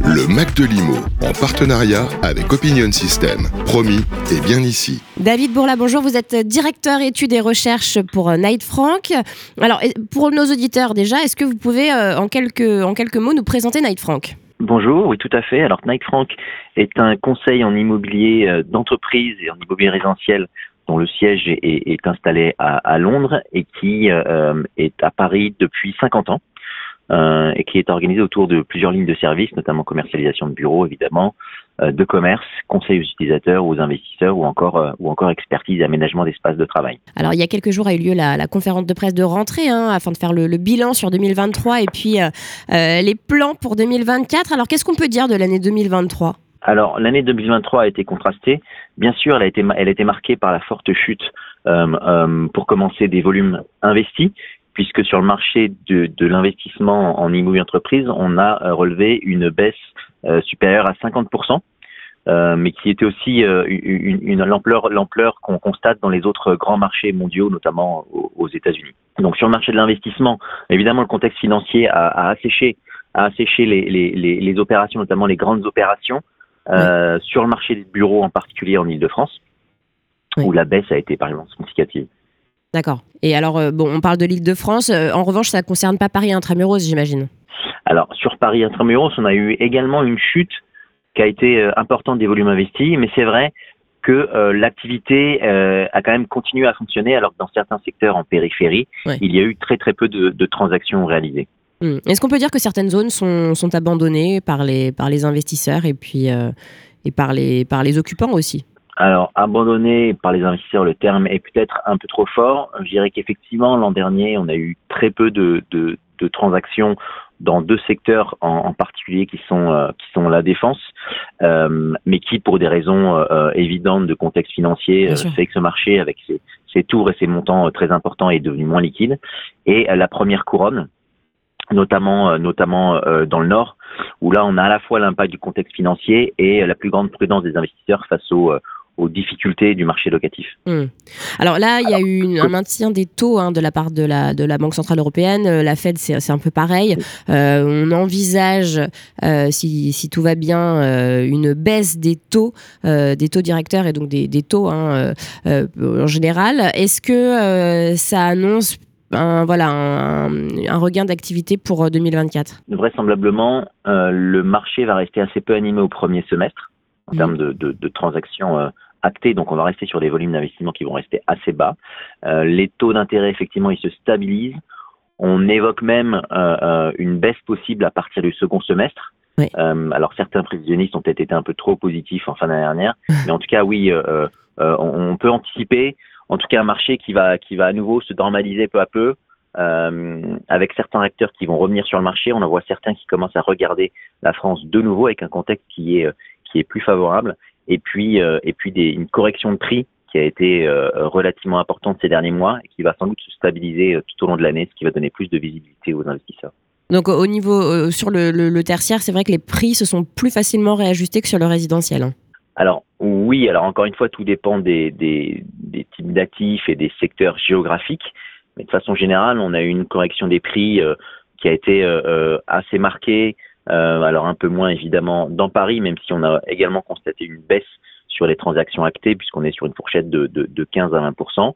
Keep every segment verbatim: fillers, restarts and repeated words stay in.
Le Mac de l'I M O, en partenariat avec Opinion System. Promis, et bien ici. David Bourla, bonjour. Vous êtes directeur études et recherches pour Knight Frank. Alors, pour nos auditeurs déjà, est-ce que vous pouvez, euh, en, quelques, en quelques mots, nous présenter Knight Frank ? Bonjour, oui, tout à fait. Alors, Knight Frank est un conseil en immobilier euh, d'entreprise et en immobilier résidentiel dont le siège est, est, est installé à, à Londres et qui euh, est à Paris depuis cinquante ans. Euh, et qui est organisé autour de plusieurs lignes de services, notamment commercialisation de bureaux, évidemment, euh, de commerce, conseil aux utilisateurs, aux investisseurs ou encore, euh, ou encore expertise et aménagement d'espaces de travail. Alors, il y a quelques jours a eu lieu la, la conférence de presse de rentrée hein, afin de faire le, le bilan sur deux mille vingt-trois et puis euh, euh, les plans pour deux mille vingt-quatre. Alors, qu'est-ce qu'on peut dire de l'année deux mille vingt-trois ? Alors, l'année deux mille vingt-trois a été contrastée. Bien sûr, elle a été, elle a été marquée par la forte chute, euh, euh, pour commencer, des volumes investis, puisque sur le marché de, de l'investissement en immobilier entreprise, on a relevé une baisse euh, supérieure à cinquante pour cent, euh, mais qui était aussi euh, une, une l'ampleur, l'ampleur qu'on constate dans les autres grands marchés mondiaux, notamment aux, aux États-Unis. Donc sur le marché de l'investissement, évidemment, le contexte financier a, a asséché, a asséché les, les, les, les opérations, notamment les grandes opérations, euh, oui. Sur le marché des bureaux, en particulier en Île-de-France, oui. Où la baisse a été par exemple significative. D'accord. Et alors, euh, bon, on parle de l'Île-de-France. Euh, en revanche, ça ne concerne pas Paris Intramuros, j'imagine. Alors, sur Paris Intramuros, on a eu également une chute qui a été euh, importante des volumes investis, mais c'est vrai que euh, l'activité euh, a quand même continué à fonctionner, alors que dans certains secteurs en périphérie, ouais. Il y a eu très très peu de, de transactions réalisées. Hum. Est-ce qu'on peut dire que certaines zones sont, sont abandonnées par les, par les investisseurs et puis euh, et par les, par les occupants aussi ? Alors, abandonné par les investisseurs, le terme est peut-être un peu trop fort. Je dirais qu'effectivement, l'an dernier, on a eu très peu de, de, de transactions dans deux secteurs en, en particulier qui sont, euh, qui sont la défense, euh, mais qui, pour des raisons euh, évidentes de contexte financier, euh, fait que ce marché, avec ses, ses tours et ses montants euh, très importants, est devenu moins liquide. Et euh, la première couronne, notamment, euh, notamment euh, dans le Nord, où là, on a à la fois l'impact du contexte financier et euh, la plus grande prudence des investisseurs face aux... Euh, aux difficultés du marché locatif. Mmh. Alors là, il y a eu une, un maintien des taux hein, de la part de la, de la Banque Centrale Européenne. La Fed, c'est, c'est un peu pareil. Euh, on envisage, euh, si, si tout va bien, euh, une baisse des taux, euh, des taux directeurs et donc des, des taux hein, euh, en général. Est-ce que euh, ça annonce un, voilà, un, un regain d'activité pour deux mille vingt-quatre ? Vraisemblablement, euh, le marché va rester assez peu animé au premier semestre en mmh. termes de, de, de transactions euh, actées, donc on va rester sur des volumes d'investissement qui vont rester assez bas. Euh, les taux d'intérêt, effectivement, ils se stabilisent. On évoque même euh, euh, une baisse possible à partir du second semestre. Oui. Euh, alors certains prévisionnistes ont peut-être été un peu trop positifs en fin d'année dernière, mais en tout cas, oui, euh, euh, on, on peut anticiper, en tout cas, un marché qui va, qui va à nouveau se normaliser peu à peu, euh, avec certains acteurs qui vont revenir sur le marché. On en voit certains qui commencent à regarder la France de nouveau avec un contexte qui est, qui est plus favorable. Et puis, euh, et puis des, une correction de prix qui a été euh, relativement importante ces derniers mois et qui va sans doute se stabiliser euh, tout au long de l'année, ce qui va donner plus de visibilité aux investisseurs. Donc au niveau euh, sur le, le, le tertiaire, c'est vrai que les prix se sont plus facilement réajustés que sur le résidentiel. Hein. Alors oui, alors encore une fois, tout dépend des, des, des types d'actifs et des secteurs géographiques. Mais de façon générale, on a eu une correction des prix euh, qui a été euh, assez marquée. Euh, alors un peu moins évidemment dans Paris, même si on a également constaté une baisse sur les transactions actées, puisqu'on est sur une fourchette de, de, de quinze à vingt pour cent,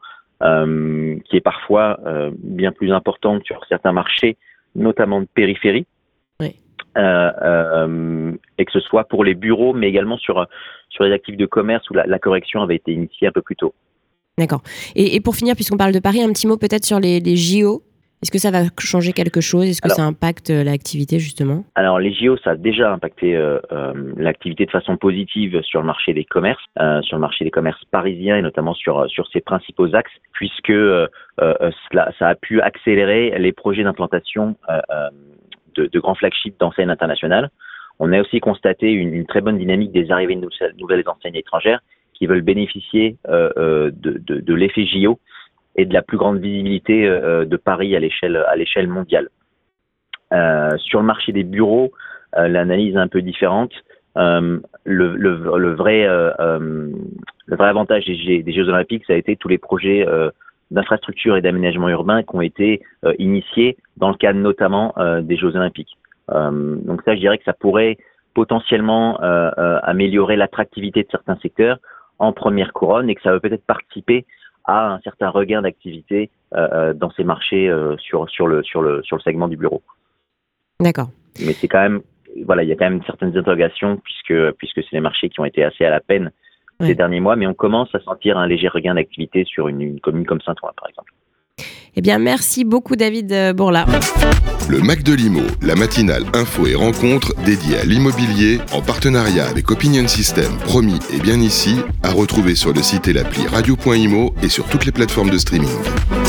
euh, qui est parfois euh, bien plus importante sur certains marchés, notamment de périphérie, oui. euh, euh, et que ce soit pour les bureaux, mais également sur, sur les actifs de commerce où la, la correction avait été initiée un peu plus tôt. D'accord. Et, et pour finir, puisqu'on parle de Paris, un petit mot peut-être sur les, les J O. Est-ce que ça va changer quelque chose ? Est-ce que alors, ça impacte l'activité justement ? Alors les J O, ça a déjà impacté euh, euh, l'activité de façon positive sur le marché des commerces, euh, sur le marché des commerces parisiens et notamment sur sur ses principaux axes, puisque euh, euh, cela, ça a pu accélérer les projets d'implantation euh, de, de grands flagships d'enseignes internationales. On a aussi constaté une, une très bonne dynamique des arrivées de nouvelles enseignes étrangères qui veulent bénéficier euh, euh, de, de, de l'effet J O et de la plus grande visibilité euh, de Paris à l'échelle à l'échelle mondiale. Euh, sur le marché des bureaux, euh, l'analyse est un peu différente. Euh, le, le, le vrai euh, euh, le vrai avantage des, des Jeux Olympiques, ça a été tous les projets euh, d'infrastructure et d'aménagement urbain qui ont été euh, initiés dans le cadre notamment euh, des Jeux Olympiques. Euh, donc ça, je dirais que ça pourrait potentiellement euh, euh, améliorer l'attractivité de certains secteurs en première couronne et que ça va peut-être participer à un certain regain d'activité euh, dans ces marchés euh, sur, sur, le, sur, le, sur le segment du bureau. D'accord. Mais c'est quand même, voilà, il y a quand même certaines interrogations puisque, puisque c'est des marchés qui ont été assez à la peine ouais. ces derniers mois, mais on commence à sentir un léger regain d'activité sur une, une commune comme Saint-Ouen, par exemple. Eh bien, merci beaucoup, David Bourla. Le Mac de l'I M O, la matinale info et rencontre dédiée à l'immobilier en partenariat avec Opinion System, Promis et Bien Ici, à retrouver sur le site et l'appli radio point imo et sur toutes les plateformes de streaming.